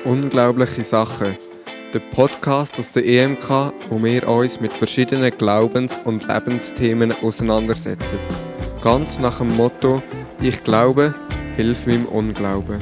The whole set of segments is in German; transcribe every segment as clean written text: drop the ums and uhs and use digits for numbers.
Unglaubliche Sachen. Der Podcast aus der EMK, wo wir uns mit verschiedenen Glaubens- und Lebensthemen auseinandersetzen. Ganz nach dem Motto: Ich glaube, hilf meinem Unglauben.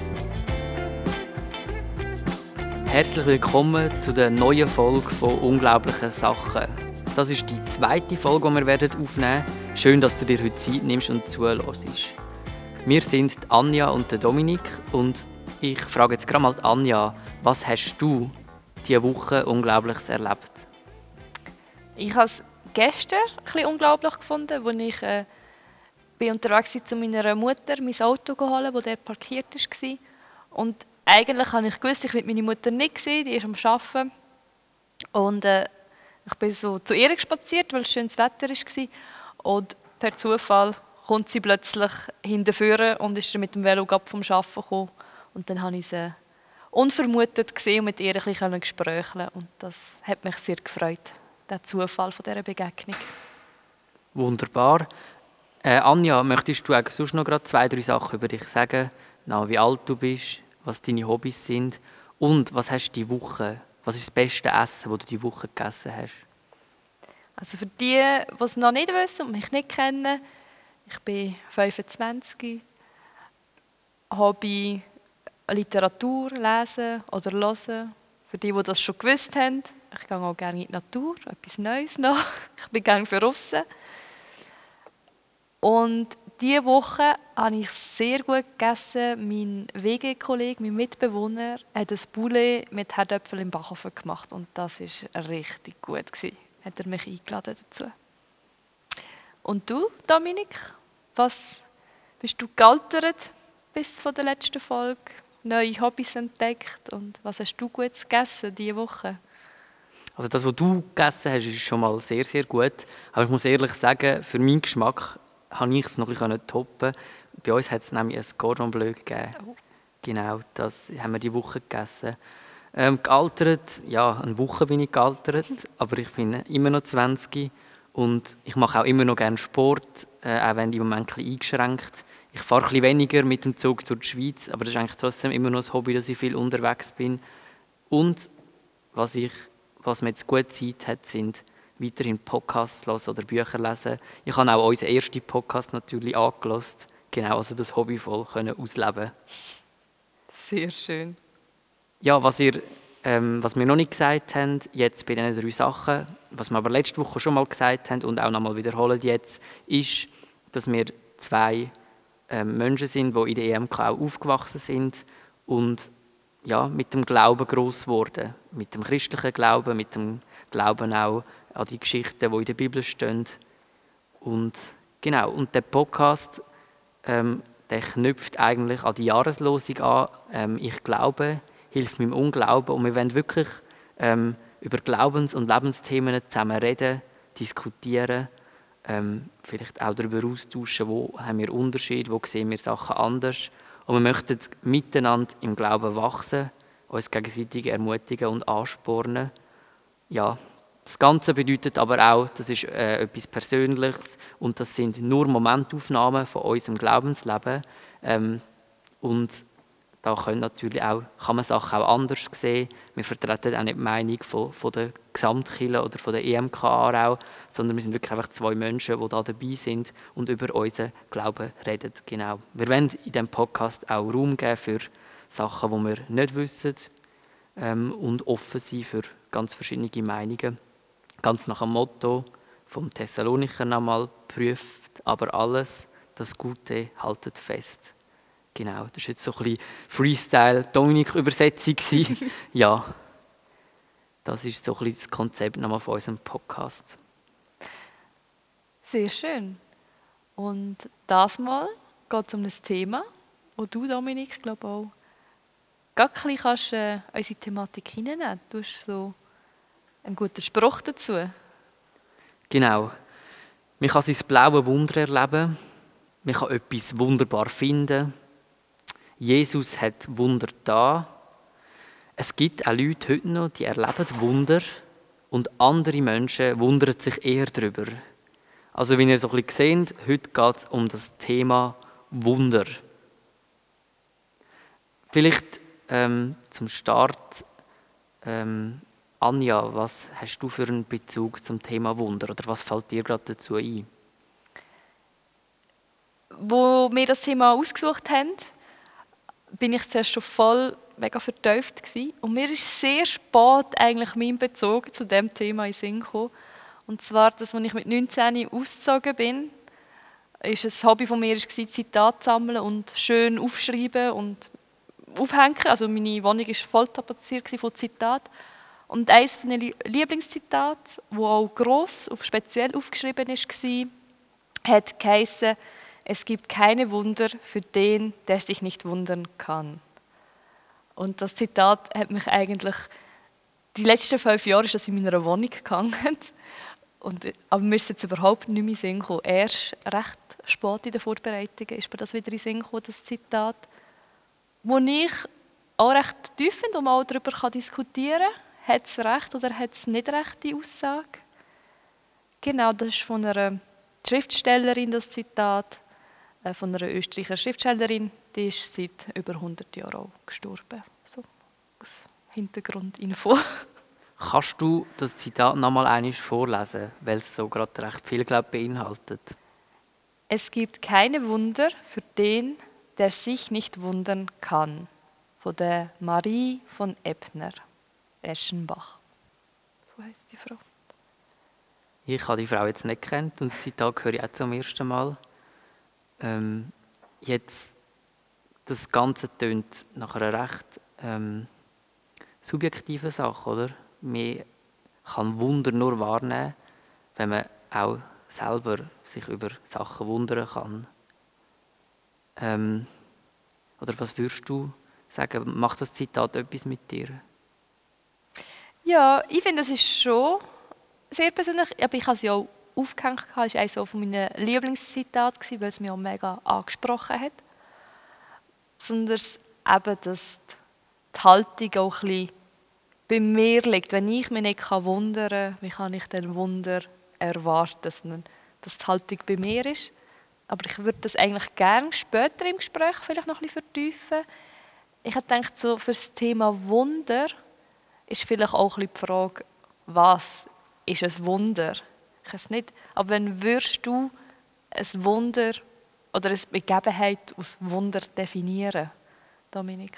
Herzlich willkommen zu der neuen Folge von «Unglaubliche Sachen». Das ist die zweite Folge, die wir aufnehmen werden. Schön, dass du dir heute Zeit nimmst und zuhörst. Wir sind Anja und der Dominik und ich frage jetzt gerade mal Anja, was hast du diese Woche Unglaubliches erlebt? Ich habe es gestern ein bisschen unglaublich gefunden, als ich bin unterwegs war, zu meiner Mutter mein Auto zu holen, das dort parkiert war. Und eigentlich habe ich gewusst, ich will meine Mutter nicht sehen, die ist am Arbeiten. Und ich bin so zu ihr spaziert, weil es schönes Wetter war. Und per Zufall kommt sie plötzlich hinterher und ist mit dem Velo vom Arbeiten gekommen. Und dann habe ich sie unvermutet gesehen und mit ihr ein bisschen gesprächeln. Und das hat mich sehr gefreut, der Zufall von dieser Begegnung. Wunderbar. Anja, möchtest du sonst noch gerade 2, 3 Sachen über dich sagen? Wie alt du bist, was deine Hobbys sind und was hast du diese Woche? Was ist das beste Essen, das du diese Woche gegessen hast? Also für die es noch nicht wissen und mich nicht kennen, ich bin 25, Hobby Literatur lesen oder hören. Für die das schon gewusst haben, ich gehe auch gerne in die Natur, etwas Neues noch. Ich bin gerne für draussen. Und diese Woche habe ich sehr gut gegessen. Mein WG-Kollege, mein Mitbewohner, hat ein Poulet mit Herdöpfel im Backofen gemacht. Und das war richtig gut. Hat er mich eingeladen dazu. Und du, Dominik, was bist du gealtert bis von der letzten Folge? Neue Hobbys entdeckt und was hast du Gutes gegessen diese Woche? Also das, was du gegessen hast, ist schon mal sehr, sehr gut. Aber ich muss ehrlich sagen, für meinen Geschmack habe ich es noch ein bisschen toppen. Bei uns hat es nämlich ein Cordon Bleu gegeben. Oh. Genau, das haben wir diese Woche gegessen. Gealtert, ja, eine Woche bin ich gealtert, aber ich bin immer noch 20 und ich mache auch immer noch gerne Sport, auch wenn im Moment ein bisschen eingeschränkt. Ich fahre ein bisschen weniger mit dem Zug durch die Schweiz, aber das ist eigentlich trotzdem immer noch ein Hobby, dass ich viel unterwegs bin. Und was mir jetzt gut Zeit hat, sind weiterhin Podcasts hören oder Bücher lesen. Ich habe auch unseren ersten Podcast natürlich angehört, genau, also das Hobby voll ausleben. Sehr schön. Ja, was wir noch nicht gesagt haben, jetzt bei diesen 3 Sachen, was wir aber letzte Woche schon mal gesagt haben und auch nochmal wiederholen jetzt, ist, dass wir 2 Menschen sind, die in der EMK auch aufgewachsen sind und ja, mit dem Glauben gross wurden. Mit dem christlichen Glauben, mit dem Glauben auch an die Geschichten, die in der Bibel stehen. Und genau, und der Podcast, der knüpft eigentlich an die Jahreslosung an. Ich glaube, hilft meinem Unglauben. Und wir wollen wirklich über Glaubens- und Lebensthemen zusammen reden, diskutieren, vielleicht auch darüber austauschen, wo haben wir Unterschiede, wo sehen wir Sachen anders. Und wir möchten miteinander im Glauben wachsen, uns gegenseitig ermutigen und anspornen. Ja, das Ganze bedeutet aber auch, das ist etwas Persönliches und das sind nur Momentaufnahmen von unserem Glaubensleben. Und da kann man Sachen auch anders sehen. Wir vertreten auch nicht die Meinung von der Gesamtkirche oder von der EMK Aarau, sondern wir sind wirklich einfach 2 Menschen, die da dabei sind und über unseren Glauben reden. Genau. Wir wollen in diesem Podcast auch Raum geben für Sachen, die wir nicht wissen und offen sein für ganz verschiedene Meinungen. Ganz nach dem Motto vom Thessalonicher nochmal: prüft aber alles, das Gute haltet fest. Genau, das war jetzt so ein bisschen Freestyle-Dominik-Übersetzung. Ja, das ist so ein bisschen das Konzept nochmal von unserem Podcast. Sehr schön. Und das Mal geht es um ein Thema, wo du, Dominik, glaube auch gar ein bisschen kannst, unsere Thematik hineinnehmen. Du hast so einen guten Spruch dazu. Genau. Man kann sein blaues Wunder erleben. Man kann etwas wunderbar finden. Jesus hat Wunder da. Es gibt auch Leute heute noch, die erleben Wunder und andere Menschen wundern sich eher darüber. Also wie ihr so ein bisschen seht, heute geht es um das Thema Wunder. Vielleicht zum Start, Anja, was hast du für einen Bezug zum Thema Wunder oder was fällt dir gerade dazu ein? Wo wir das Thema ausgesucht haben, bin ich zuerst schon voll mega vertieft gewesen. Und mir ist sehr spät eigentlich mein Bezug zu dem Thema in den Sinn gekommen. Und zwar, dass, als ich mit 19 ausgezogen bin, ist ein Hobby von mir war, Zitate sammeln und schön aufschreiben und aufhängen. Also meine Wohnung war voll tapeziert von Zitaten. Und eines meiner Lieblingszitate, das auch gross, speziell aufgeschrieben war, hat geheissen: Es gibt keine Wunder für den, der sich nicht wundern kann. Und das Zitat hat mich eigentlich, die letzten 5 Jahre ist das in meiner Wohnung gegangen. Aber mir ist jetzt überhaupt nicht mehr in den Sinn gekommen. Erst recht spät in den Vorbereitungen ist mir das wieder in den Sinn gekommen, das Zitat. Wo ich auch recht tief finde und mal darüber diskutieren kann, hat es recht oder hat es nicht recht, die Aussage. Genau, das ist von einer Schriftstellerin, das Zitat. Von einer Österreicher Schriftstellerin, die ist seit über 100 Jahren auch gestorben. So aus Hintergrundinfo. Kannst du das Zitat nochmal einmal vorlesen, weil es so gerade recht viel, glaube ich, beinhaltet? Es gibt keine Wunder für den, der sich nicht wundern kann. Von der Marie von Ebner-Eschenbach. So heisst die Frau. Ich habe die Frau jetzt nicht gekannt und das Zitat höre ich auch zum ersten Mal. Jetzt, das Ganze tönt nach einer recht subjektiven Sache, oder? Man kann Wunder nur wahrnehmen, wenn man auch selber sich über Sachen wundern kann. Oder was würdest du sagen? Macht das Zitat etwas mit dir? Ja, ich finde, das ist schon sehr persönlich. Aber ich habe es ja auch aufgehängt. Es war eines von meinen Lieblingszitaten, weil es mich auch mega angesprochen hat. Besonders eben, dass die Haltung auch ein bisschen bei mir liegt. Wenn ich mich nicht wundern kann, wie kann ich denn Wunder erwarten, dass die Haltung bei mir ist. Aber ich würde das eigentlich gerne später im Gespräch vielleicht noch ein bisschen vertiefen. Ich habe gedacht, so für das Thema Wunder ist vielleicht auch ein bisschen die Frage, was ist ein Wunder? Ich weiß nicht, aber wenn würdest du ein Wunder oder eine Begebenheit aus Wunder definieren, Dominik?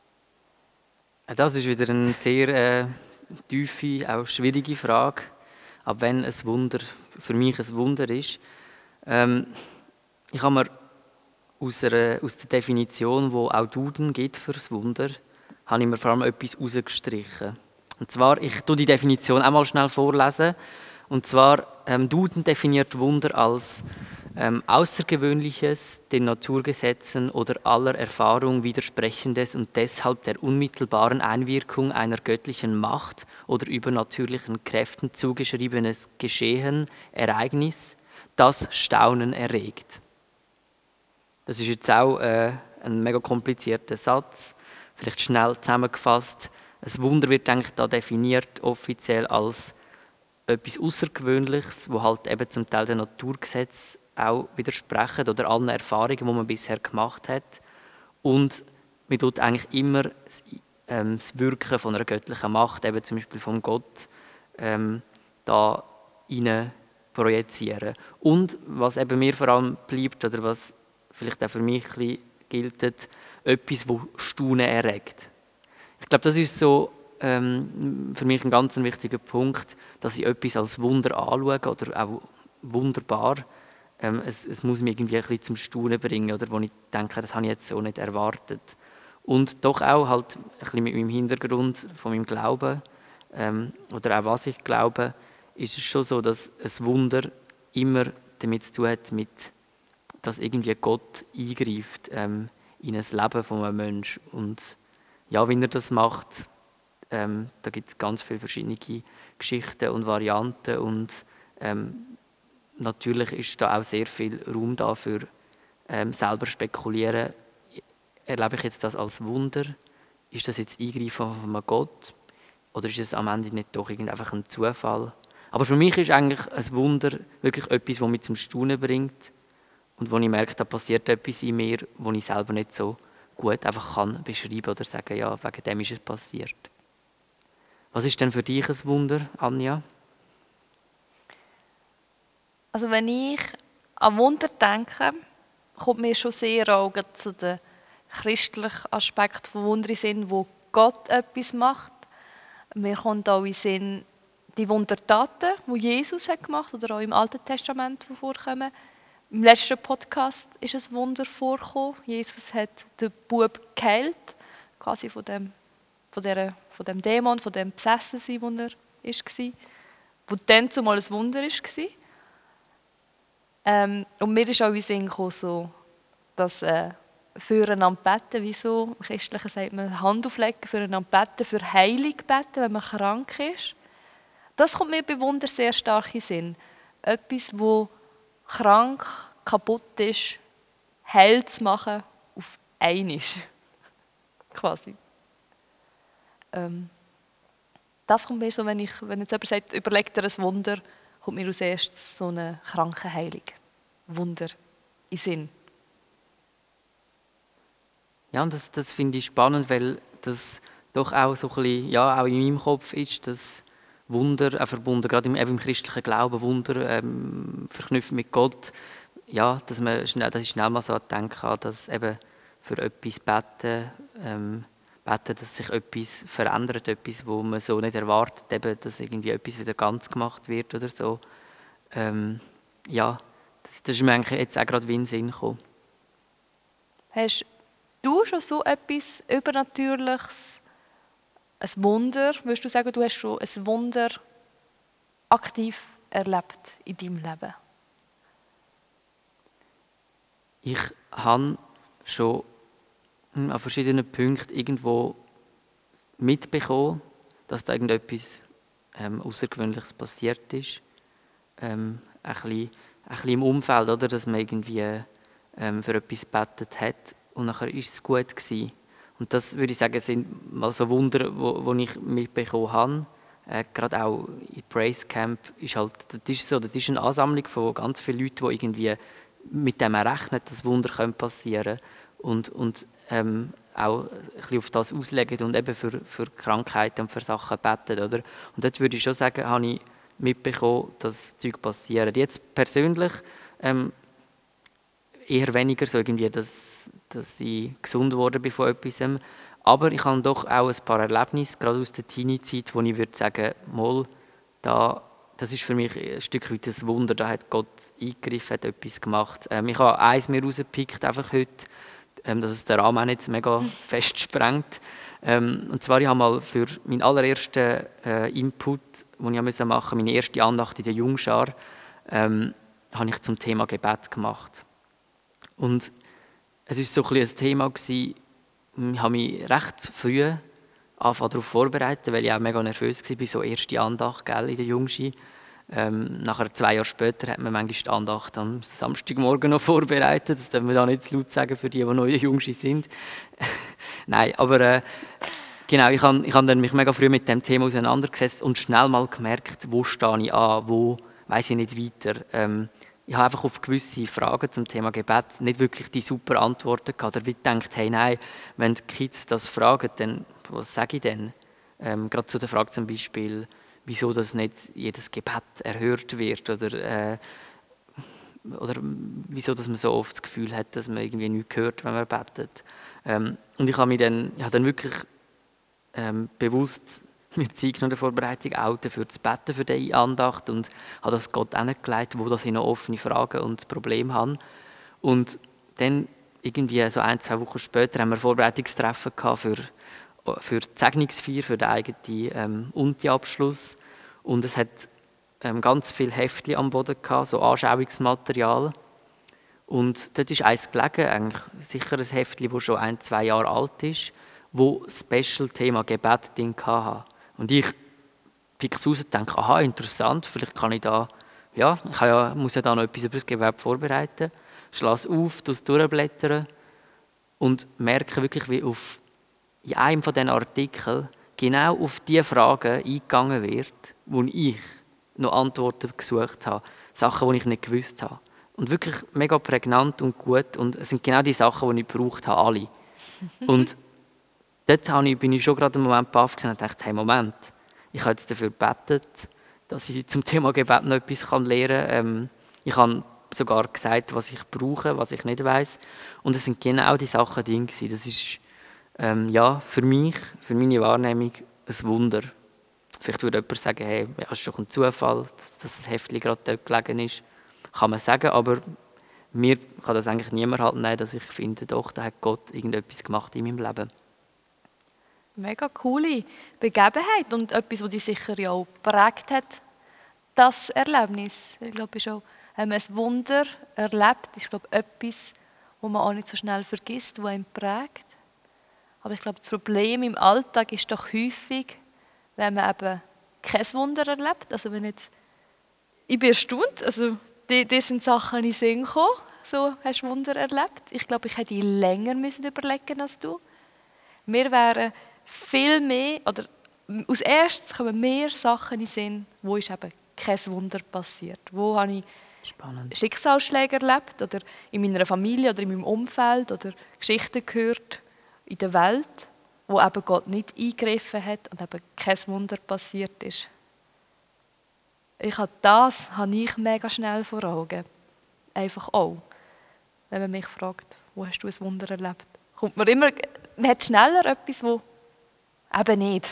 Das ist wieder eine sehr tiefe, auch schwierige Frage. Ab wenn ein Wunder für mich ein Wunder ist. Ich habe mir aus der Definition, die auch Duden gibt für das Wunder, habe ich mir vor allem etwas herausgestrichen. Und zwar, ich tue die Definition einmal schnell vorlesen. Und zwar, Duden definiert Wunder als außergewöhnliches, den Naturgesetzen oder aller Erfahrung widersprechendes und deshalb der unmittelbaren Einwirkung einer göttlichen Macht oder übernatürlichen Kräften zugeschriebenes Geschehen, Ereignis, das Staunen erregt. Das ist jetzt auch ein mega komplizierter Satz, vielleicht schnell zusammengefasst. Ein Wunder wird eigentlich da definiert offiziell als etwas Außergewöhnliches, wo halt eben zum Teil den Naturgesetzen auch widersprechen oder allen Erfahrungen, die man bisher gemacht hat. Und man tut eigentlich immer das Wirken von einer göttlichen Macht, eben zum Beispiel von Gott, da hinein projizieren. Und was eben mir vor allem bleibt, oder was vielleicht auch für mich ein bisschen gilt, etwas, das Staunen erregt. Ich glaube, das ist so für mich ein ganz wichtiger Punkt, dass ich etwas als Wunder anschaue oder auch wunderbar. Es muss mich irgendwie ein bisschen zum Staunen bringen, oder wo ich denke, das habe ich jetzt so nicht erwartet. Und doch auch halt ein bisschen mit meinem Hintergrund von meinem Glauben oder auch was ich glaube, ist es schon so, dass ein Wunder immer damit zu tun hat, dass irgendwie Gott eingreift in ein Leben von einem Menschen. Und ja, wie er das macht, da gibt es ganz viele verschiedene Geschichten und Varianten und natürlich ist da auch sehr viel Raum da für selber spekulieren. Erlebe ich jetzt das als Wunder? Ist das jetzt Eingreifen von einem Gott? Oder ist es am Ende nicht doch einfach ein Zufall? Aber für mich ist eigentlich ein Wunder wirklich etwas, das mich zum Staunen bringt und wo ich merke, da passiert etwas in mir, das ich selber nicht so gut einfach kann beschreiben oder sagen, ja, wegen dem ist es passiert. Was ist denn für dich ein Wunder, Anja? Also wenn ich an Wunder denke, kommt mir schon sehr auch gerade zu den christlichen Aspekt von Wunder in den Sinn, wo Gott etwas macht. Mir kommt auch in den Sinn die Wundertaten, die Jesus hat gemacht oder auch im Alten Testament die vorkommen. Im letzten Podcast ist ein Wunder vorgekommen. Jesus hat den Bub geheilt, quasi von dem Dämon, von dem Besessensein, wo er war, wo dann zumal ein Wunder war. Und mir ist auch in den Sinn gekommen, so, dass füreinander beten, wieso im Christlichen sagt man Hand auflegen, füreinander beten, für Heilung beten, wenn man krank ist. Das kommt mir bei Wunder sehr stark in den Sinn. Etwas, wo krank, kaputt ist, heil zu machen, auf einmal. Quasi. Das kommt mir so, wenn jetzt jemand sagt, überleg dir ein Wunder, kommt mir als erstes so eine Krankenheilung. Wunder in den Sinn. Ja, und das finde ich spannend, weil das doch auch so ein bisschen, ja, auch in meinem Kopf ist, dass Wunder, auch verbunden, gerade im christlichen Glauben, Wunder verknüpft mit Gott, ja, dass ich schnell mal so denken kann, dass eben für etwas beten, dass sich etwas verändert, etwas, wo man so nicht erwartet, eben, dass irgendwie etwas wieder ganz gemacht wird oder so. Ja, das ist mir eigentlich jetzt auch gerade wie in den Sinn gekommen. Hast du schon so etwas Übernatürliches, ein Wunder, würdest du sagen, du hast schon ein Wunder aktiv erlebt in deinem Leben? Ich habe schon an verschiedenen Punkten irgendwo mitbekommen, dass da irgendetwas Außergewöhnliches passiert ist. Ein bisschen im Umfeld, oder? Dass man irgendwie für etwas gebetet hat und nachher ist es gut gewesen. Und das, würde ich sagen, sind mal so Wunder, wo ich mitbekommen habe. Gerade auch in Praise Camp ist halt, das ist eine Ansammlung von ganz vielen Leuten, die irgendwie mit dem rechnen, dass Wunder passieren können und auch ein bisschen auf das auslegen und eben für Krankheiten und für Sachen beten, oder? Und dort würde ich schon sagen, habe ich mitbekommen, dass Zeug passieren. Jetzt persönlich eher weniger so irgendwie, dass ich gesund geworden bin von etwas. Aber ich habe doch auch ein paar Erlebnisse, gerade aus der Teenie-Zeit, wo ich würde sagen, mal, das ist für mich ein Stück weit ein Wunder, da hat Gott eingegriffen, hat etwas gemacht. Ich habe eins mir rausgepickt, einfach heute, dass es den Rahmen auch nicht mega fest sprengt. Und zwar, ich habe mal für meinen allerersten Input, den ich machen musste, meine erste Andacht in der Jungschar, habe ich zum Thema Gebet gemacht. Und es war so ein bisschen ein Thema, ich habe mich recht früh darauf vorbereitet, weil ich auch mega nervös war, so erste Andacht in der Jungschi. Nachher 2 Jahre später hat man manchmal die Andacht am Samstagmorgen noch vorbereitet. Das darf man da nicht zu laut sagen für die neu in der Jungschi sind. Nein, aber genau, ich habe dann mich mega früh mit dem Thema auseinandergesetzt und schnell mal gemerkt, wo stehe ich an, wo weiss ich nicht weiter. Ich habe einfach auf gewisse Fragen zum Thema Gebet nicht wirklich die super Antworten gehabt. Oder wie gedacht, hey, nein, wenn die Kids das fragen, dann was sage ich denn? Gerade zu der Frage zum Beispiel, wieso das nicht jedes Gebet erhört wird oder wieso dass man so oft das Gefühl hat, dass man irgendwie nichts hört, wenn man betet. Und ich habe dann wirklich bewusst mir Zeit genommen in der Vorbereitung auch dafür zu beten, für diese Andacht und habe das Gott hingelegt, wo ich noch offene Fragen und Probleme habe. Und dann irgendwie so 1-2 Wochen später haben wir Vorbereitungstreffen gehabt für die Segnungsfeier, für den eigenen Unti-Abschluss. Und es hat ganz viele Heftchen am Boden gehabt, so Anschauungsmaterial. Und dort ist eins gelegen, eigentlich sicher ein Heftchen, das schon 1-2 Jahre alt ist, wo Special-Thema Gebet drin hatte. Und ich picke es raus und denke, aha, interessant, vielleicht kann ich da, ja, muss ja da noch etwas über das Gebet vorbereiten. Schlage es auf, durchblättern und merke wirklich, wie in einem von diesen Artikeln genau auf die Fragen eingegangen wird, wo ich noch Antworten gesucht habe. Sachen, die ich nicht gewusst habe. Und wirklich mega prägnant und gut. Und es sind genau die Sachen, die ich gebraucht habe, alle. Und dort bin ich schon gerade einen Moment baff gewesen und dachte, hey, Moment, ich habe jetzt dafür gebetet, dass ich zum Thema Gebet noch etwas lernen kann. Ich habe sogar gesagt, was ich brauche, was ich nicht weiss. Und es sind genau die Sachen drin gewesen. Das ist für mich, für meine Wahrnehmung, ein Wunder. Vielleicht würde jemand sagen, hey, ja, es ist doch ein Zufall, dass das Heftchen gerade dort gelegen ist. Kann man sagen, aber mir kann das eigentlich niemand halt nehmen, dass ich finde, doch, da hat Gott irgendetwas gemacht in meinem Leben. Mega coole Begebenheit und etwas, das dich sicher ja auch geprägt hat, das Erlebnis. Ich glaube, schon, wenn man ein Wunder erlebt, ist glaube etwas, das man auch nicht so schnell vergisst, das einen prägt. Aber ich glaube, das Problem im Alltag ist doch häufig, wenn man eben kein Wunder erlebt. Also wenn jetzt, ich bin erstaunt, also dir sind Sachen in den Sinn gekommen, so hast du Wunder erlebt. Ich glaube, ich hätte länger müssen überlegen als du. Wir wären viel mehr, oder als erstes kommen mehr Sachen in den Sinn, wo ist eben kein Wunder passiert. Wo habe ich Spannend. Schicksalsschläge erlebt oder in meiner Familie oder in meinem Umfeld oder Geschichten gehört in der Welt, wo eben Gott nicht eingegriffen hat und eben kein Wunder passiert ist. Das habe ich mega schnell vor Augen. Einfach auch. Wenn man mich fragt, wo hast du ein Wunder erlebt? Man hat schneller etwas, wo eben nicht.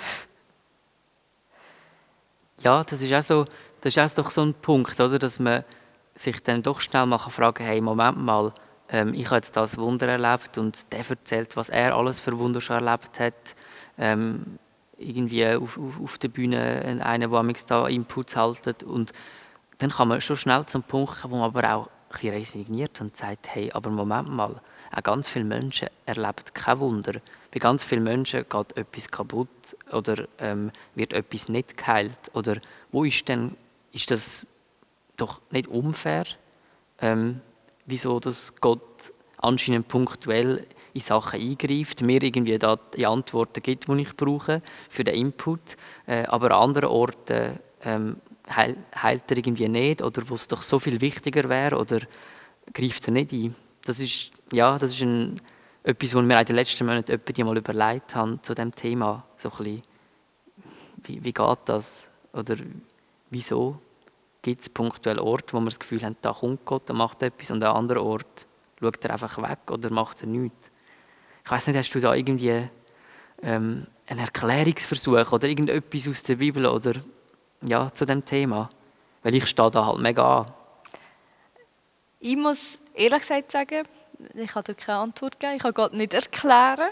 Ja, das ist auch doch so ein Punkt, oder? Dass man sich dann doch schnell mal fragen kann, hey, Moment mal, ich habe jetzt das Wunder erlebt und der erzählt, was er alles für Wunder schon erlebt hat. Irgendwie auf der Bühne einer, der da Inputs haltet. Und dann kann man schon schnell zum Punkt kommen, wo man aber auch ein bisschen resigniert und sagt, hey, aber Moment mal, auch ganz viele Menschen erleben kein Wunder. Bei ganz vielen Menschen geht etwas kaputt oder wird etwas nicht geheilt. Oder ist das doch nicht unfair, wieso dass Gott anscheinend punktuell in Sachen eingreift, mir irgendwie da die Antworten gibt, die ich brauche für den Input, aber an anderen Orten heilt er irgendwie nicht oder wo es doch so viel wichtiger wäre oder greift er nicht ein. Das ist etwas, was wir in den letzten Monaten die mal überlegt haben zu diesem Thema. So ein bisschen, wie geht das? Oder wieso gibt es punktuell Orte, wo wir das Gefühl haben, da kommt Gott und macht etwas und an anderen Ort schaut er einfach weg oder macht er nichts? Ich weiss nicht, hast du da irgendwie einen Erklärungsversuch oder irgendetwas aus der Bibel oder ja, zu dem Thema? Weil ich stehe da halt mega an. Ich muss ehrlich gesagt sagen, ich kann dir keine Antwort geben. Ich kann Gott nicht erklären.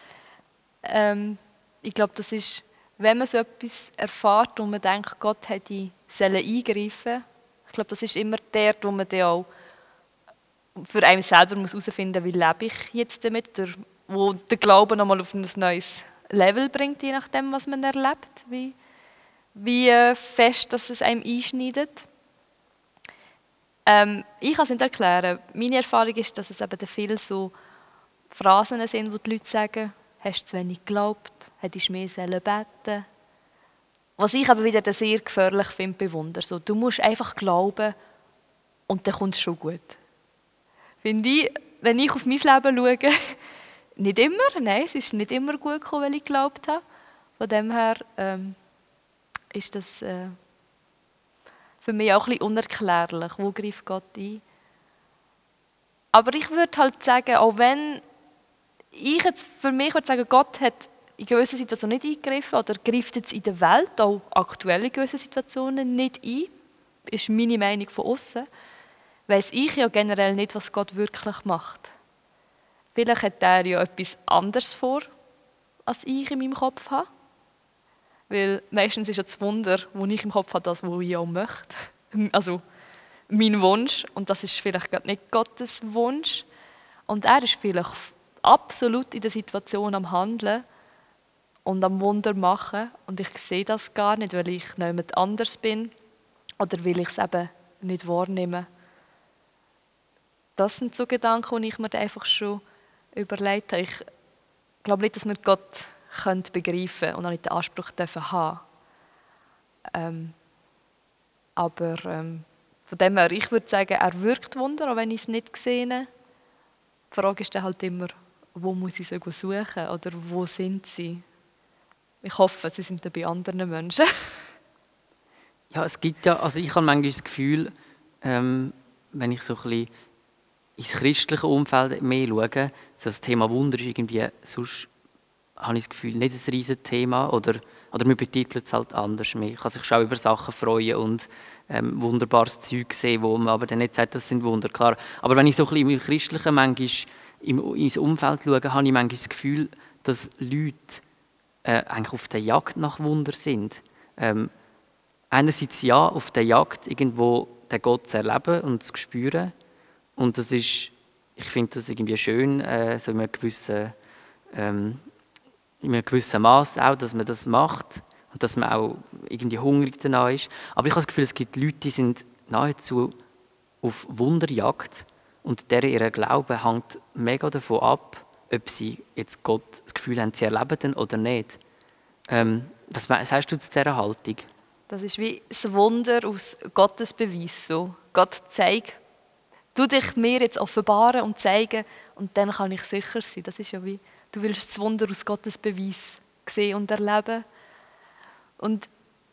Ich glaube, das ist, wenn man so etwas erfährt und man denkt, Gott hätte eingreifen. Ich glaube, das ist immer der, wo man dann auch für einen selber herausfinden muss, wie lebe ich jetzt damit, wo der Glaube nochmal auf ein neues Level bringt, je nachdem, was man erlebt, wie fest dass es einem einschneidet. Ich kann es nicht erklären. Meine Erfahrung ist, dass es eben viele so Phrasen sind, wo die Leute sagen, hast du zu wenig geglaubt, hättest du mehr beten sollen. Was ich aber wieder sehr gefährlich finde bei Wunder. So, du musst einfach glauben und dann kommt es schon gut. Finde ich, wenn ich auf mein Leben schaue, nicht immer, nein, es ist nicht immer gut gekommen, weil ich geglaubt habe. Von dem her ist das für mich auch ein bisschen unerklärlich. Wo greift Gott ein? Aber ich würde halt sagen, auch wenn ich jetzt für mich würde sagen, Gott hat in gewissen Situationen nicht eingegriffen oder greift jetzt in der Welt, auch aktuell in gewissen Situationen, nicht ein, ist meine Meinung von außen, weiss ich ja generell nicht, was Gott wirklich macht. Vielleicht hat er ja etwas anderes vor, als ich in meinem Kopf habe. Weil meistens ist ja das Wunder, das ich im Kopf habe, das, was ich auch möchte. Also mein Wunsch. Und das ist vielleicht gerade nicht Gottes Wunsch. Und er ist vielleicht absolut in der Situation am Handeln und am Wunder machen. Und ich sehe das gar nicht, weil ich jemand anders bin oder weil ich es eben nicht wahrnehme. Das sind so Gedanken, die ich mir einfach schon überlegt habe. Ich glaube nicht, dass wir Gott begreifen können und auch nicht den Anspruch dürfen haben. Aber von dem her, ich würde sagen, er wirkt Wunder, auch wenn ich es nicht sehe. Die Frage ist dann halt immer, wo muss ich sie suchen oder wo sind sie? Ich hoffe, sie sind dann bei anderen Menschen. Ja, es gibt ja, also ich habe manchmal das Gefühl, wenn ich so ein bisschen ins christliche Umfeld mehr schaue, das Thema Wunder ist irgendwie, sonst habe ich das Gefühl, nicht ein riesiges Thema oder man betitelt es halt anders. Man kann sich schon auch über Sachen freuen und wunderbares Zeug sehen, wo man aber dann nicht sagt, das sind Wunder, klar. Aber wenn ich so ein bisschen im Christlichen manchmal ins Umfeld schaue, habe ich manchmal das Gefühl, dass Leute eigentlich auf der Jagd nach Wunder sind. Einerseits ja, auf der Jagd irgendwo den Gott zu erleben und zu spüren. Und das ist, ich finde das irgendwie schön, so in einem gewissen Maß auch, dass man das macht und dass man auch irgendwie hungrig danach ist. Aber ich habe das Gefühl, es gibt Leute, die sind nahezu auf Wunderjagd und ihr Glaube hängt mega davon ab, ob sie jetzt Gott das Gefühl haben, sie erleben den oder nicht. Was sagst du zu dieser Haltung? Das ist wie das Wunder aus Gottes Beweis. So. Gott zeigt, du dich mir jetzt offenbaren und zeigen und dann kann ich sicher sein. Das ist ja wie, du willst das Wunder aus Gottes Beweis sehen und erleben. Und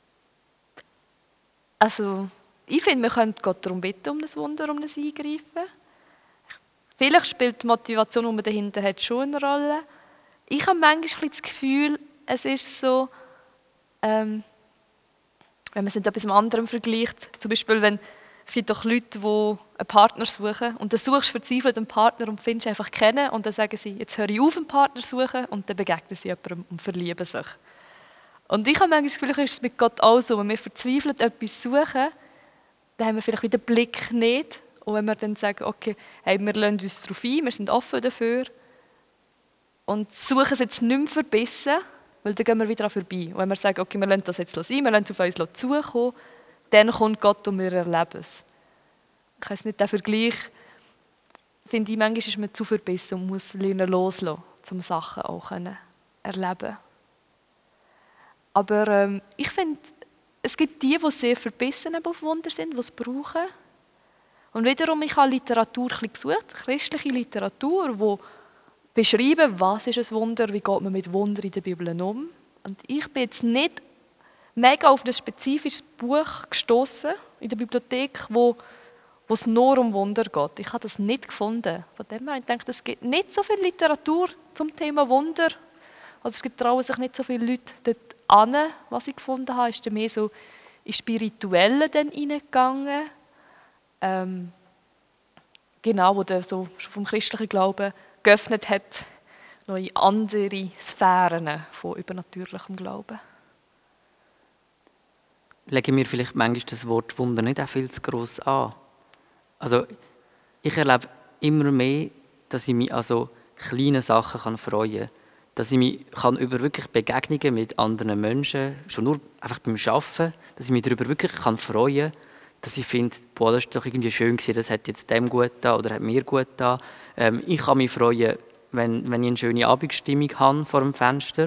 also, ich finde, wir können Gott darum bitten, um das Wunder, um das Eingreifen. Vielleicht spielt die Motivation, die man dahinter hat, schon eine Rolle. Ich habe manchmal das Gefühl, es ist so, wenn man es mit etwas anderem vergleicht, zum Beispiel, wenn es gibt doch Leute, die einen Partner suchen und dann suchst du verzweifelt einen Partner und findest einfach kennen und dann sagen sie, jetzt höre ich auf, einen Partner zu suchen und dann begegnen sie jemandem und verlieben sich. Und ich habe manchmal das Gefühl, ist es mit Gott auch so, wenn wir verzweifelt etwas suchen, dann haben wir vielleicht wieder den Blick nicht. Und wenn wir dann sagen, okay, hey, wir lassen uns darauf ein, wir sind offen dafür und suchen es jetzt nicht mehr verbissen, weil dann gehen wir wieder vorbei. Und wenn wir sagen, okay, wir lassen das jetzt sein, wir lassen es auf uns zukommen, dann kommt Gott und wir erleben es. Ich weiss nicht, der Vergleich, finde ich, manchmal ist man zu verbissen und muss lernen loslassen, um Sachen auch erleben. Aber ich finde, es gibt die sehr verbissen auf Wunder sind, die es brauchen. Und wiederum, ich habe Literatur gesucht, christliche Literatur, die beschreiben, was ist ein Wunder, wie geht man mit Wunder in der Bibel um. Und ich bin jetzt nicht mega auf ein spezifisches Buch gestoßen in der Bibliothek, wo es nur um Wunder geht. Ich habe das nicht gefunden. Von dem her, ich denke, es gibt nicht so viel Literatur zum Thema Wunder. Also es getrauen sich nicht so viele Leute dort an. Was ich gefunden habe, ist mehr so in Spirituelle dann hineingegangen. Genau, wo der so schon vom christlichen Glauben geöffnet hat, noch in andere Sphären von übernatürlichem Glauben. Legen wir vielleicht manchmal das Wort Wunder nicht auch viel zu gross an. Also ich erlebe immer mehr, dass ich mich an so kleinen Sachen freuen kann. Dass ich mich über wirklich Begegnungen mit anderen Menschen, schon nur einfach beim Arbeiten, dass ich mich darüber wirklich freuen kann, dass ich finde, boah, das ist doch irgendwie schön gewesen, das hat jetzt dem gut getan oder hat mir gut getan. Ich kann mich freuen, wenn ich eine schöne Abendstimmung habe vor dem Fenster.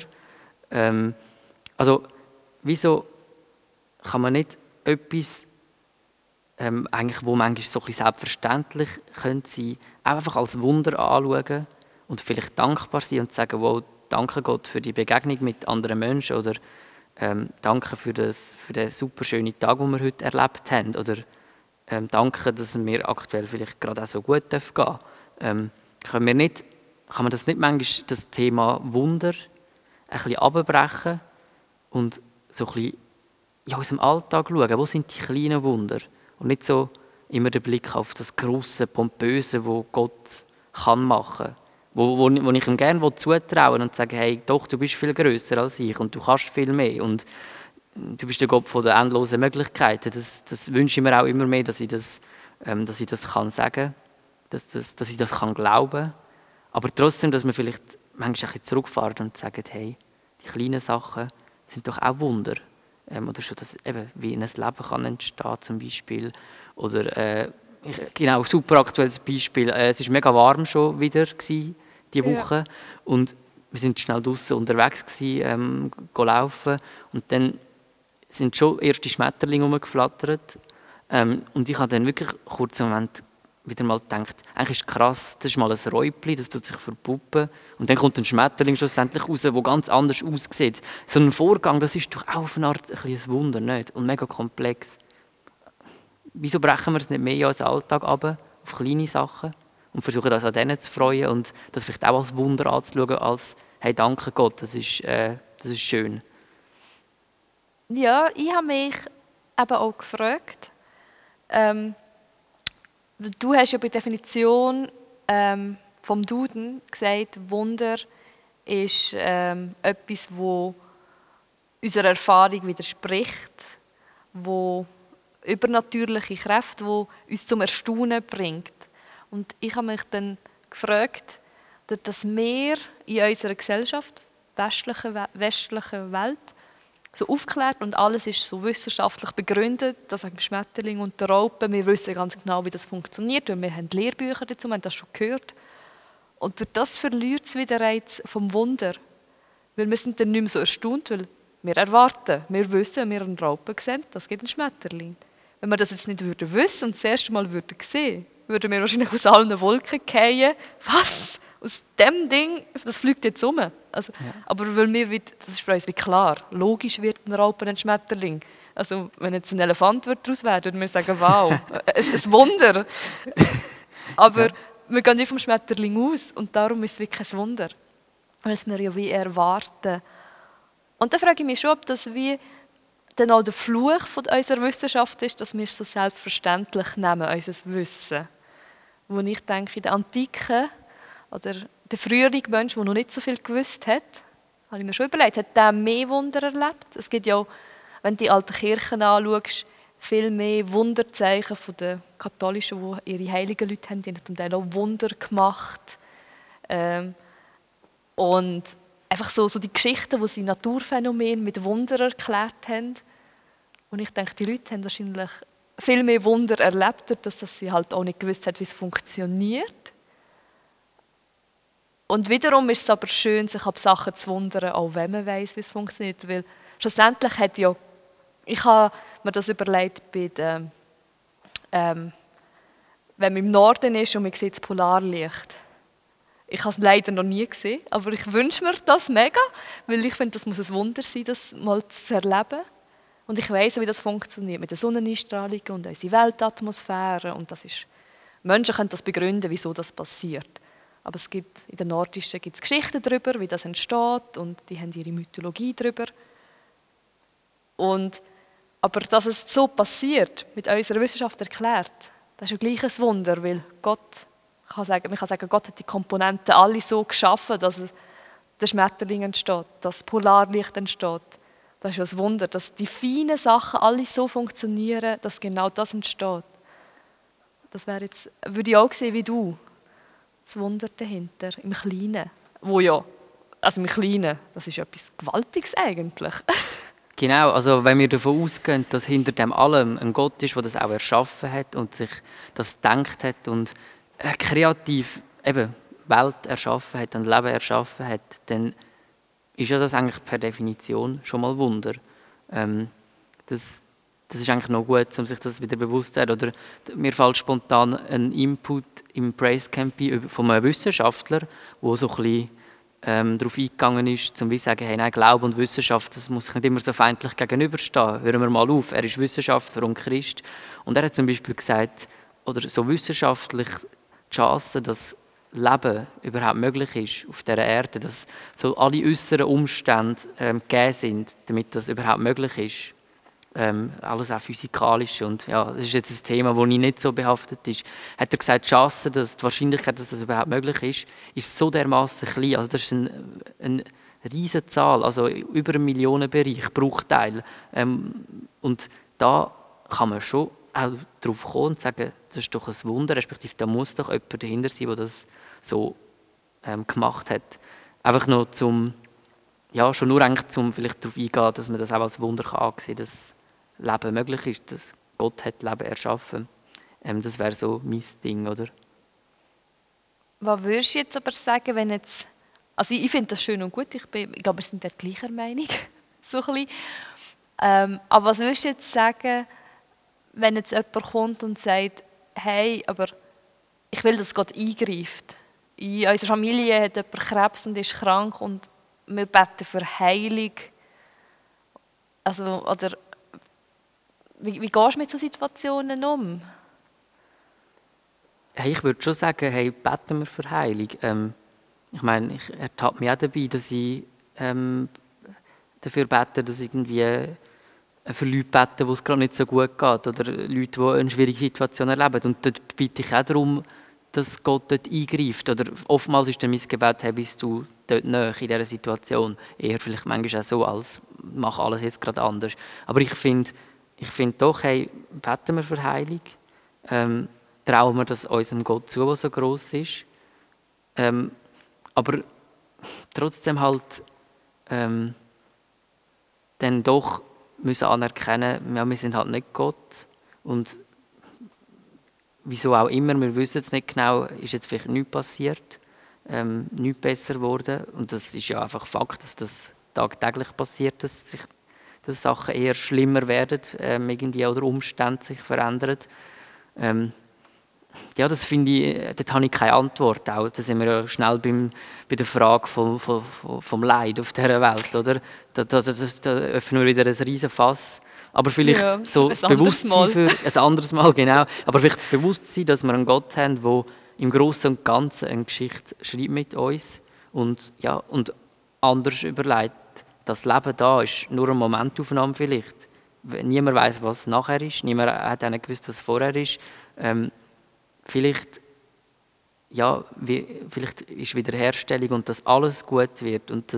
Also wieso kann man nicht etwas, eigentlich, wo manchmal so ein bisschen selbstverständlich könnte sein, auch einfach als Wunder anschauen und vielleicht dankbar sein und sagen, wow, danke Gott für die Begegnung mit anderen Menschen oder danke für den super schönen Tag, den wir heute erlebt haben oder danke, dass es mir aktuell vielleicht gerade auch so gut gehen darf. Kann man das nicht manchmal, das Thema Wunder, ein bisschen abbrechen und so ein bisschen aus dem Alltag schauen, wo sind die kleinen Wunder und nicht so immer den Blick auf das grosse, pompöse, wo Gott kann machen, wo ich ihm gerne zutrauen und sagen, hey, doch, du bist viel grösser als ich und du kannst viel mehr und du bist der Gott von den endlosen Möglichkeiten. Das wünsche ich mir auch immer mehr, dass ich das kann sagen, dass ich das kann glauben, aber trotzdem, dass man vielleicht manchmal ein bisschen zurückfährt und sagt, hey, die kleinen Sachen sind doch auch Wunder. Oder schon, dass eben wie ein Leben kann entstehen zum Beispiel. Oder genau, super aktuelles Beispiel. Es war mega warm schon wieder diese Woche. Und wir sind schnell draußen unterwegs gewesen, laufen. Und dann sind schon erste Schmetterlinge rumgeflattert. Und ich habe dann wirklich kurz einen Moment wieder mal gedacht, eigentlich ist es krass, das ist mal ein Räubli, das tut sich verpuppen und dann kommt ein Schmetterling schlussendlich raus, der ganz anders aussieht. So ein Vorgang, das ist doch auch auf eine Art ein Wunder, nicht? Und mega komplex. Wieso brechen wir es nicht mehr in unseren Alltag runter, auf kleine Sachen und versuchen uns an denen zu freuen und das vielleicht auch als Wunder anzuschauen, als «Hey, danke Gott, das ist schön». Ja, ich habe mich eben auch gefragt, du hast ja bei der Definition vom Duden gesagt, Wunder ist etwas, wo unserer Erfahrung widerspricht, wo übernatürliche Kräfte, wo uns zum Erstaunen bringt. Und ich habe mich dann gefragt, dass wir in unserer Gesellschaft, westlichen Welt, so aufgeklärt und alles ist so wissenschaftlich begründet, das mit dem Schmetterling und der Raupe, wir wissen ganz genau, wie das funktioniert, weil wir haben Lehrbücher dazu, wir haben das schon gehört. Und durch das verliert es wieder Reiz vom Wunder, weil wir sind dann nicht mehr so erstaunt, weil wir erwarten, wir wissen, wenn wir einen Raupen sehen, das gibt einen Schmetterling. Wenn wir das jetzt nicht würden wissen und das erste Mal würden sehen, würden wir wahrscheinlich aus allen Wolken fallen. Was? Aus dem Ding, das fliegt jetzt um. Also, ja. Aber weil das ist für uns wie klar, logisch wird ein Raupe ein Schmetterling. Also wenn jetzt ein Elefant daraus wäre, würden wir sagen, wow, ein Wunder. Aber ja. Wir gehen nicht vom Schmetterling aus und darum ist es wirklich ein Wunder. Weil wir ja wie erwarten. Und da frage ich mich schon, ob das wie dann auch der Fluch von unserer Wissenschaft ist, dass wir es so selbstverständlich nehmen, unser Wissen. Wo ich denke, in der Antike oder der frühere Mensch, der noch nicht so viel gewusst hat, habe ich mir schon überlegt, hat der mehr Wunder erlebt? Es gibt ja, wenn du die alten Kirchen anschaust, viel mehr Wunderzeichen von den Katholischen, die ihre heiligen Leute haben, die haben zum Teil auch Wunder gemacht. Und einfach so die Geschichten, wo sie Naturphänomene mit Wunder erklärt haben. Und ich denke, die Leute haben wahrscheinlich viel mehr Wunder erlebt, dass sie halt auch nicht gewusst haben, wie es funktioniert. Und wiederum ist es aber schön, sich ab Sachen zu wundern, auch wenn man weiss, wie es funktioniert. Weil schlussendlich hat ja, ich habe mir das überlegt, wenn man im Norden ist und man sieht das Polarlicht. Ich habe es leider noch nie gesehen, aber ich wünsche mir das mega, weil ich finde, das muss ein Wunder sein, das mal zu erleben. Und ich weiss, wie das funktioniert mit der Sonneneinstrahlung und unserer Weltatmosphäre. Und das ist, Menschen können das begründen, wieso das passiert. Aber es gibt, in den Nordischen gibt es Geschichten darüber, wie das entsteht und die haben ihre Mythologie darüber. Aber dass es so passiert, mit unserer Wissenschaft erklärt, das ist ja gleich ein Wunder, weil man kann sagen, Gott hat die Komponenten alle so geschaffen, dass der Schmetterling entsteht, dass das Polarlicht entsteht. Das ist ja ein Wunder, dass die feinen Sachen alle so funktionieren, dass genau das entsteht. Das würde ich auch sehen wie du. Das Wunder dahinter, im Kleinen. Im Kleinen, das ist etwas Gewaltiges eigentlich. Genau, also wenn wir davon ausgehen, dass hinter dem allem ein Gott ist, der das auch erschaffen hat und sich das gedacht hat und kreativ eben Welt erschaffen hat und Leben erschaffen hat, dann ist ja das eigentlich per Definition schon mal Wunder. Das ist eigentlich noch gut, um sich das wieder bewusst zu werden. Oder mir fällt spontan ein Input im Praise Camp von einem Wissenschaftler, der so ein bisschen darauf eingegangen ist, um zu sagen, hey, nein, Glaube und Wissenschaft, das muss nicht immer so feindlich gegenüberstehen. Hören wir mal auf, er ist Wissenschaftler und Christ. Und er hat zum Beispiel gesagt, oder so wissenschaftlich die Chance, dass Leben überhaupt möglich ist auf dieser Erde, dass so alle äußeren Umstände gegeben sind, damit das überhaupt möglich ist. Alles auch physikalisch und ja, das ist jetzt ein Thema, das nicht so behaftet ist. Hat er gesagt, die Chance, dass die Wahrscheinlichkeit, dass das überhaupt möglich ist so dermaßen klein. Also das ist eine riesige Zahl, also über einen Millionenbereich, Bruchteil. Und da kann man schon auch darauf kommen und sagen, das ist doch ein Wunder, respektive da muss doch jemand dahinter sein, der das so gemacht hat. Einfach noch zum vielleicht darauf eingehen, dass man das auch als Wunder ansehen kann, dass Leben möglich ist, dass Gott hat Leben erschaffen. Das wäre so mein Ding, oder? Was würdest du jetzt aber sagen, wenn jetzt... Also ich finde das schön und gut, ich glaube, wir sind der gleicher Meinung. So ein bisschen. Aber was würdest du jetzt sagen, wenn jetzt jemand kommt und sagt, hey, aber ich will, dass Gott eingreift. In unserer Familie hat jemand Krebs und ist krank und wir beten für Heilung. Also, oder wie gehst du mit solchen Situationen um? Hey, ich würde schon sagen, hey, beten wir für Heilung. Ich meine, ich ertappe mich auch dabei, dass ich dafür bete, dass irgendwie für Leute beten, wo es gerade nicht so gut geht oder Leute, die eine schwierige Situation erleben. Und dort bitte ich auch darum, dass Gott dort eingreift. Oder oftmals ist dann mein Gebet, hey, bist du dort nahe in dieser Situation. Eher vielleicht manchmal auch so, als mach alles jetzt gerade anders. Aber ich finde doch, hey, beten wir für Heilung. Trauen wir das unserem Gott zu, der so gross ist. Aber trotzdem halt dann doch müssen anerkennen, ja, wir sind halt nicht Gott. Und wieso auch immer, wir wissen es nicht genau, ist jetzt vielleicht nichts passiert, nichts besser geworden. Und das ist ja einfach Fakt, dass das tagtäglich passiert, dass Sachen eher schlimmer werden, irgendwie, oder Umstände sich verändern. Ja, das finde ich, dort habe ich keine Antwort. Auch, da sind wir ja schnell bei der Frage vom Leid auf dieser Welt, oder? Da öffnen wir wieder ein riesen Fass. Aber vielleicht ja, so das Bewusstsein für ein anderes Mal, genau. Aber vielleicht das Bewusstsein, dass wir einen Gott haben, der im Großen und Ganzen eine Geschichte schreibt mit uns und anders überlegt. Das Leben da ist nur eine Momentaufnahme vielleicht. Niemand weiß, was nachher ist. Niemand hat auch nicht gewusst, was vorher ist. Vielleicht ist Wiederherstellung und dass alles gut wird und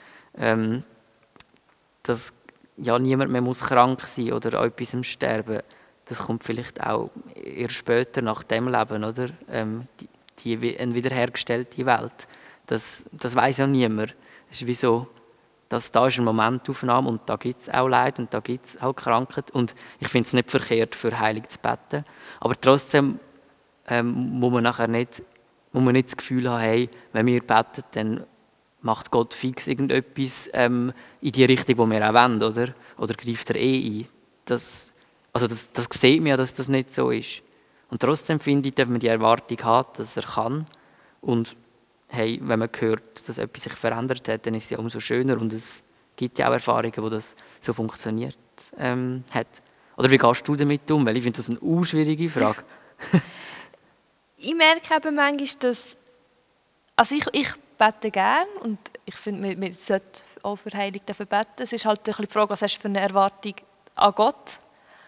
dass niemand mehr muss krank sein oder an etwas sterben. Das kommt vielleicht auch eher später nach dem Leben, oder? Eine wiederhergestellte Welt. Das weiß ja niemand. Es ist wie so, dass da ist eine Momentaufnahme und da gibt es auch Leid und da gibt es auch Krankheit. Und ich finde es nicht verkehrt, für Heilung zu beten. Aber trotzdem muss man nachher nicht das Gefühl haben, hey, wenn wir beten, dann macht Gott fix irgendetwas in die Richtung, die wir auch wollen, oder? Oder greift er ein. Das sieht man ja, dass das nicht so ist. Und trotzdem finde ich, darf man die Erwartung haben, dass er kann. Und hey, wenn man hört, dass etwas sich verändert hat, dann ist es ja umso schöner. Und es gibt ja auch Erfahrungen, wo das so funktioniert hat. Oder wie gehst du damit um? Weil ich finde das eine schwierige Frage. Ich merke eben manchmal, dass ich bete gerne und ich finde, wir sollten auch für Heilung beten. Es ist halt ein bisschen die Frage, was hast du für eine Erwartung an Gott?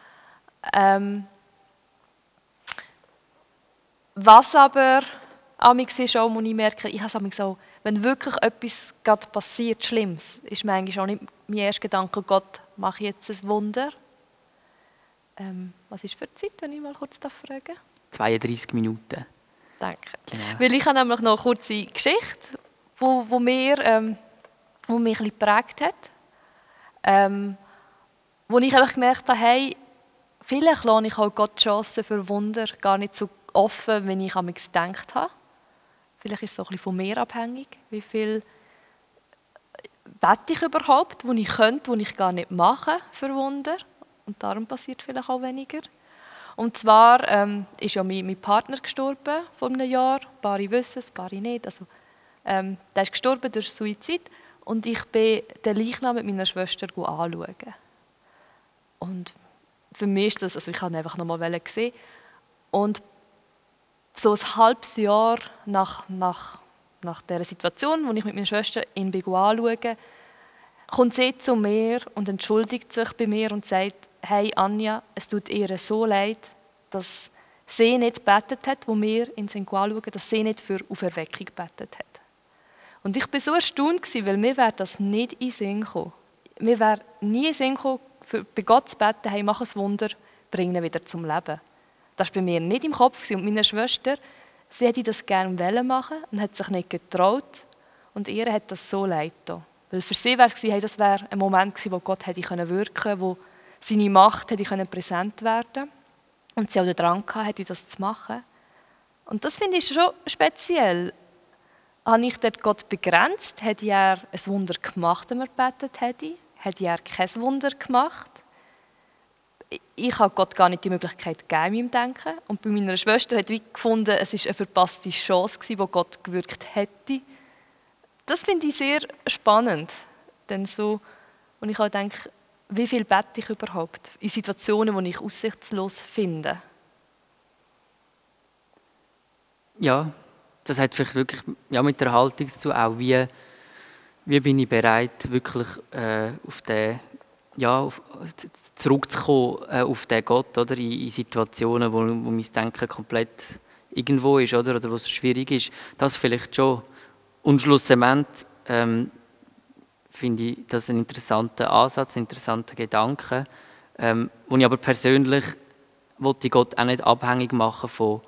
Was aber amigs ist auch, muss ich merken, ich habe es so, wenn wirklich etwas gerade passiert, Schlimmes, ist manchmal auch nicht mein erster Gedanke, Gott, mache ich jetzt ein Wunder? Was ist für die Zeit, wenn ich mal kurz fragen darf? 32 Minuten. Danke. Genau. Weil ich habe nämlich noch eine kurze Geschichte, die mich ein bisschen geprägt hat. Wo ich einfach gemerkt habe, hey, vielleicht lasse ich auch Gott die Chance für Wunder gar nicht so offen, wie ich amigs gedacht habe. Vielleicht ist es so ein bisschen von mir abhängig, wie viel bete ich überhaupt, wo ich könnte, wo ich gar nicht mache für Wunder. Und darum passiert vielleicht auch weniger. Und zwar ist ja mein Partner gestorben vor einem Jahr. Ein paar wissen es, ein paar nicht. Also, der ist gestorben durch Suizid. Und ich bin den Leichnam mit meiner Schwester anschauen. Und für mich ist das, also ich habe ihn einfach noch mal gesehen. Und so ein halbes Jahr nach dieser Situation, wo ich mit meiner Schwester ihn anschaue, kommt sie zu mir und entschuldigt sich bei mir und sagt, hey Anja, es tut ihr so leid, dass sie nicht gebetet hat, wo wir ihn anschauen, dass sie nicht für Auferweckung gebetet hat. Und ich war so erstaunt, weil mir wäre das nicht in den Sinn gekommen. Mir wäre nie in den Sinn gekommen, bei Gott zu beten, hey, mach ein Wunder, bring ihn wieder zum Leben. Das war bei mir nicht im Kopf. Und meine Schwester, sie hätte das gerne machen und hat sich nicht getraut. Und ihr hat das so leid getan. Weil für sie wäre es, hey, das wäre ein Moment gewesen, wo Gott hätte wirken können, wo seine Macht hätte präsent werden. Und sie auch daran hatte, das zu machen. Und das finde ich schon speziell. Habe ich dort Gott begrenzt? Hätte er ein Wunder gemacht, wenn er gebetet hätte? Hätte er kein Wunder gemacht? ich habe Gott gar nicht die Möglichkeit gegeben in meinem Denken. Und bei meiner Schwester hat wie gefunden, es war eine verpasste Chance gewesen, wo Gott gewirkt hätte. Das finde ich sehr spannend. Denn so, und ich habe gedacht, wie viel bete ich überhaupt in Situationen, die ich aussichtslos finde? Ja, das hat vielleicht wirklich mit der Haltung zu tun, auch wie bin ich bereit, wirklich zurückzukommen auf den Gott, oder? In Situationen, wo mein Denken komplett irgendwo ist, oder wo es schwierig ist. Das vielleicht schon. Und schlussendlich finde ich das einen interessanten Ansatz, einen interessanten Gedanken, wo ich aber persönlich wollte Gott auch nicht abhängig machen von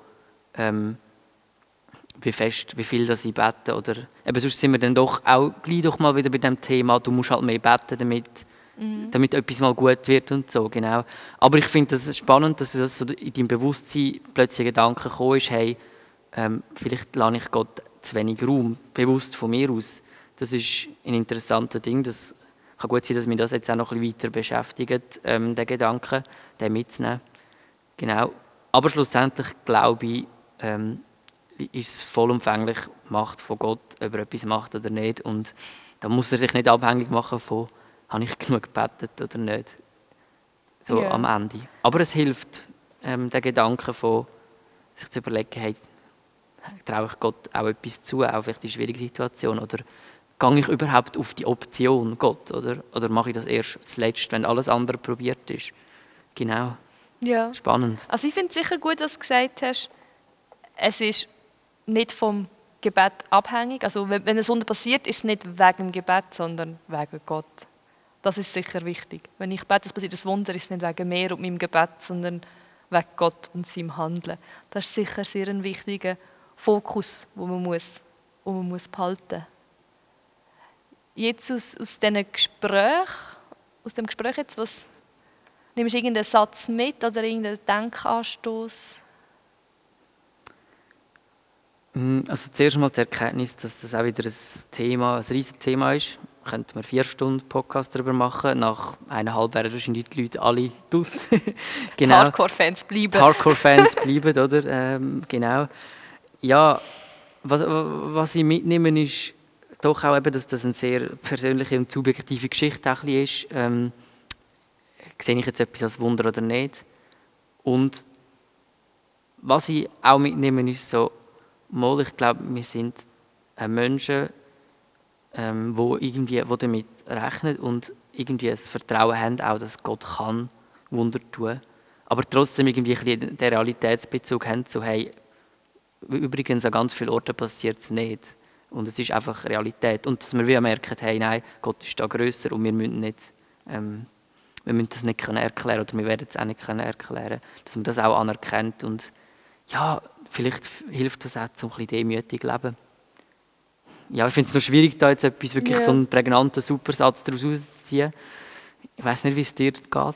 wie viel das ich bete. Oder, eben sonst sind wir dann doch auch gleich doch mal wieder bei dem Thema, du musst halt mehr beten, damit etwas mal gut wird und so, genau. Aber ich finde es spannend, dass das so in deinem Bewusstsein plötzlich ein Gedanke gekommen ist, hey, vielleicht lasse ich Gott zu wenig Raum, bewusst von mir aus. Das ist ein interessantes Ding. Das kann gut sein, dass mich das jetzt auch noch ein bisschen weiter beschäftigt, den Gedanken, den mitzunehmen. Genau. Aber schlussendlich glaube ich, ist es vollumfänglich Macht von Gott, ob er etwas macht oder nicht. Und da muss er sich nicht abhängig machen von, habe ich genug gebetet oder nicht. So am Ende. Aber es hilft, der Gedanke von, sich zu überlegen, hey, traue ich Gott auch etwas zu, auch vielleicht in schwierigen Situationen, oder gehe ich überhaupt auf die Option Gott, oder mache ich das erst zuletzt, wenn alles andere probiert ist. Genau. Ja. Spannend. Also ich finde es sicher gut, was du gesagt hast. Es ist nicht vom Gebet abhängig. Also wenn ein Wunder passiert, ist es nicht wegen dem Gebet, sondern wegen Gott. Das ist sicher wichtig. Wenn ich bete, es passiert ein Wunder, ist es nicht wegen mir und meinem Gebet, sondern wegen Gott und seinem Handeln. Das ist sicher sehr ein wichtiger Fokus, den man muss behalten. Jetzt aus diesem Gespräch jetzt, was nimmst du irgendeinen Satz mit oder irgendeinen Denkanstoß? Also zuerst mal die Erkenntnis, dass das auch wieder ein riesiges Thema ist. Könnten wir 4 Stunden Podcast darüber machen. Nach 1,5 wären wahrscheinlich die Leute alle draus. Genau. Hardcore-Fans bleiben. Die Hardcore-Fans bleiben, oder? Genau. Ja, was ich mitnehme, ist doch auch eben, dass das eine sehr persönliche und subjektive Geschichte auch ein bisschen ist. Sehe ich jetzt etwas als Wunder oder nicht? Und was ich auch mitnehme, ist so, ich glaube, wir sind Menschen, die damit rechnen und irgendwie ein Vertrauen haben, auch, dass Gott kann Wunder tun. Aber trotzdem irgendwie ein bisschen den Realitätsbezug haben, so hey, übrigens an ganz vielen Orten passiert es nicht. Und es ist einfach Realität. Und dass wir wie merken, hey, nein, Gott ist da grösser und wir müssen das nicht erklären oder wir werden es auch nicht erklären, dass man das auch anerkennt. Und ja, vielleicht hilft das auch, um ein bisschen demütig zu leben. Ja, ich finde es noch schwierig, da jetzt etwas wirklich so einen prägnanten Supersatz daraus rauszuziehen. Ich weiss nicht, wie es dir geht.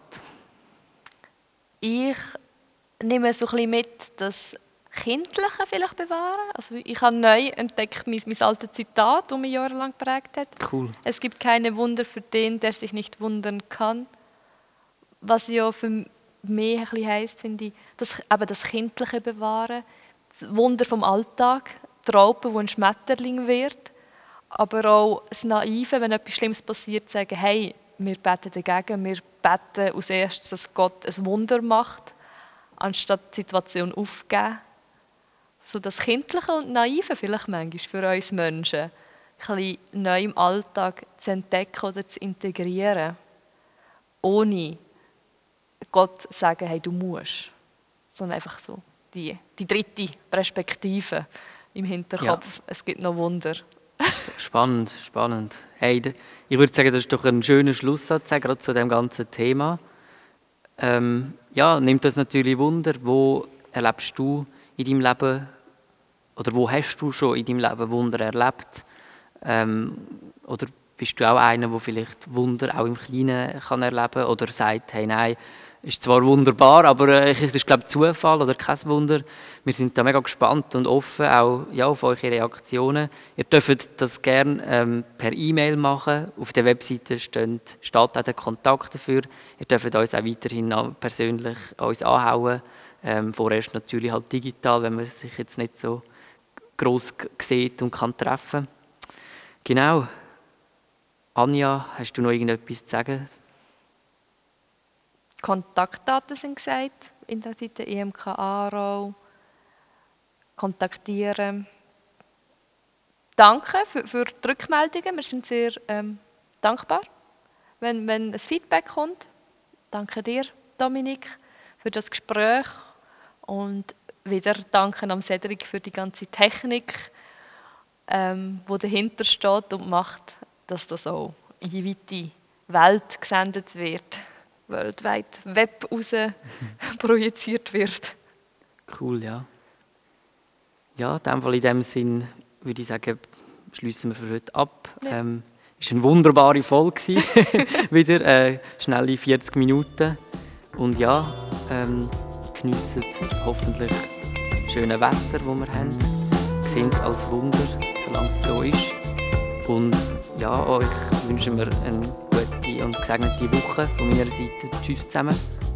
Ich nehme so ein bisschen mit, das Kindliche vielleicht bewahren. Also ich habe neu entdeckt mein altes Zitat, das mich jahrelang geprägt hat. Cool. Es gibt keine Wunder für den, der sich nicht wundern kann. Was ja für mich ein bisschen heisst, finde ich, das Kindliche bewahren, das Wunder vom Alltag, die Raupe, die ein Schmetterling wird, aber auch das Naive, wenn etwas Schlimmes passiert, sagen, hey, wir beten dagegen, wir beten als erstes, dass Gott ein Wunder macht, anstatt die Situation aufzugeben. So das Kindliche und Naive vielleicht manchmal für uns Menschen, ein bisschen neu im Alltag zu entdecken oder zu integrieren, ohne Gott zu sagen, hey, du musst, sondern einfach so die dritte Perspektive im Hinterkopf. Ja. Es gibt noch Wunder. Spannend. Hey, ich würde sagen, das ist doch ein schöner Schlusssatz, gerade zu dem ganzen Thema. Nimmt das natürlich Wunder. Wo erlebst du in deinem Leben, oder wo hast du schon in deinem Leben Wunder erlebt? Oder bist du auch einer, der vielleicht Wunder auch im Kleinen kann erleben kann oder sagt, hey, nein, ist zwar wunderbar, aber es ist, glaube ich, Zufall oder kein Wunder. Wir sind da mega gespannt und offen auch auf eure Reaktionen. Ihr dürft das gerne per E-Mail machen. Auf der Webseite steht auch der Kontakt dafür. Ihr dürft uns auch weiterhin persönlich uns anhauen. Vorerst natürlich halt digital, wenn man sich jetzt nicht so gross sieht und kann treffen. Genau. Anja, hast du noch irgendetwas zu sagen? Kontaktdaten sind gesagt, Internetseite EMK Aarau, kontaktieren. Danke für die Rückmeldungen, wir sind sehr dankbar, wenn ein Feedback kommt. Danke dir, Dominik, für das Gespräch und wieder danke am Cedric für die ganze Technik, die dahinter steht und macht, dass das auch in die weite Welt gesendet wird. Weltweit Web raus projiziert wird. Cool, ja. Ja, in dem Sinn würde ich sagen, schließen wir für heute ab. Ja. Es war eine wunderbare Folge. Wieder schnelle 40 Minuten. Und ja, geniessen hoffentlich das schöne Wetter, das wir haben. Sehen es als Wunder, solange es so ist. Und ja, euch wünschen wir eine gute und gesegnete Woche von meiner Seite. Tschüss zusammen.